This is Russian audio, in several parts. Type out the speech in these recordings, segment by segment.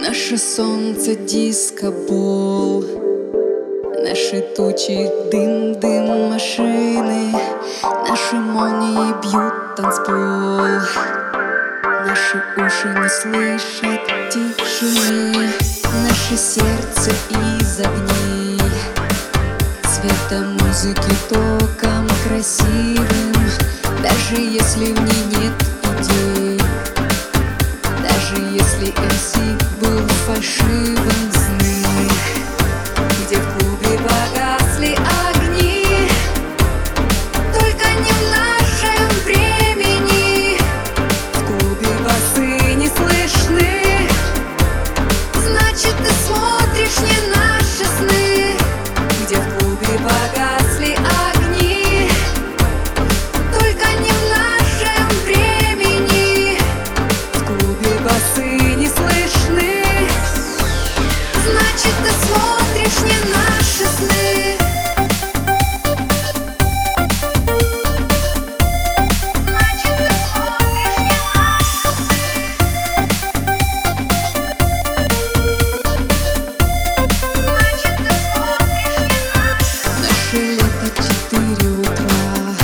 Наше солнце диско-бол, наши тучи дым машины, наши молнии бьют танцпол. Наши уши не слышат тишины, наше сердце из огней, цветом музыки, током красивым. Даже если в ней нет идей, даже если MC был фальшивым, сны, где в клубе погасли огни, только не в нашем времени. В клубе басы не слышны, значит, ты смотришь не наши сны. Где в клубе погасли огни, только не в нашем времени. В клубе басы не слышны, значит, ты смотришь не наши сны. Наше лето 4 утра,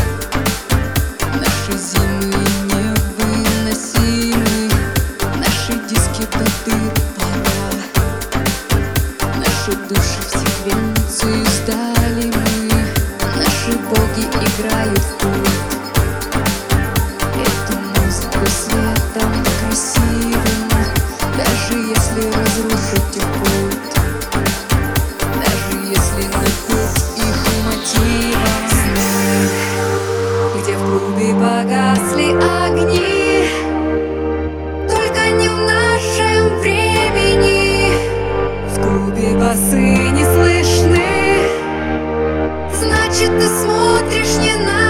наши зимы невыносимы, наши диски до дыр пора, наши души в секвенцию сдали мы, наши боги играют в пульт, эту музыку светом красивым, даже если разрушить их культ, даже если напеть их мотивом. Сны, где в клубе погасли огни, только не в нашем времени. В клубе басы не слышны, значит, ты смотришь не на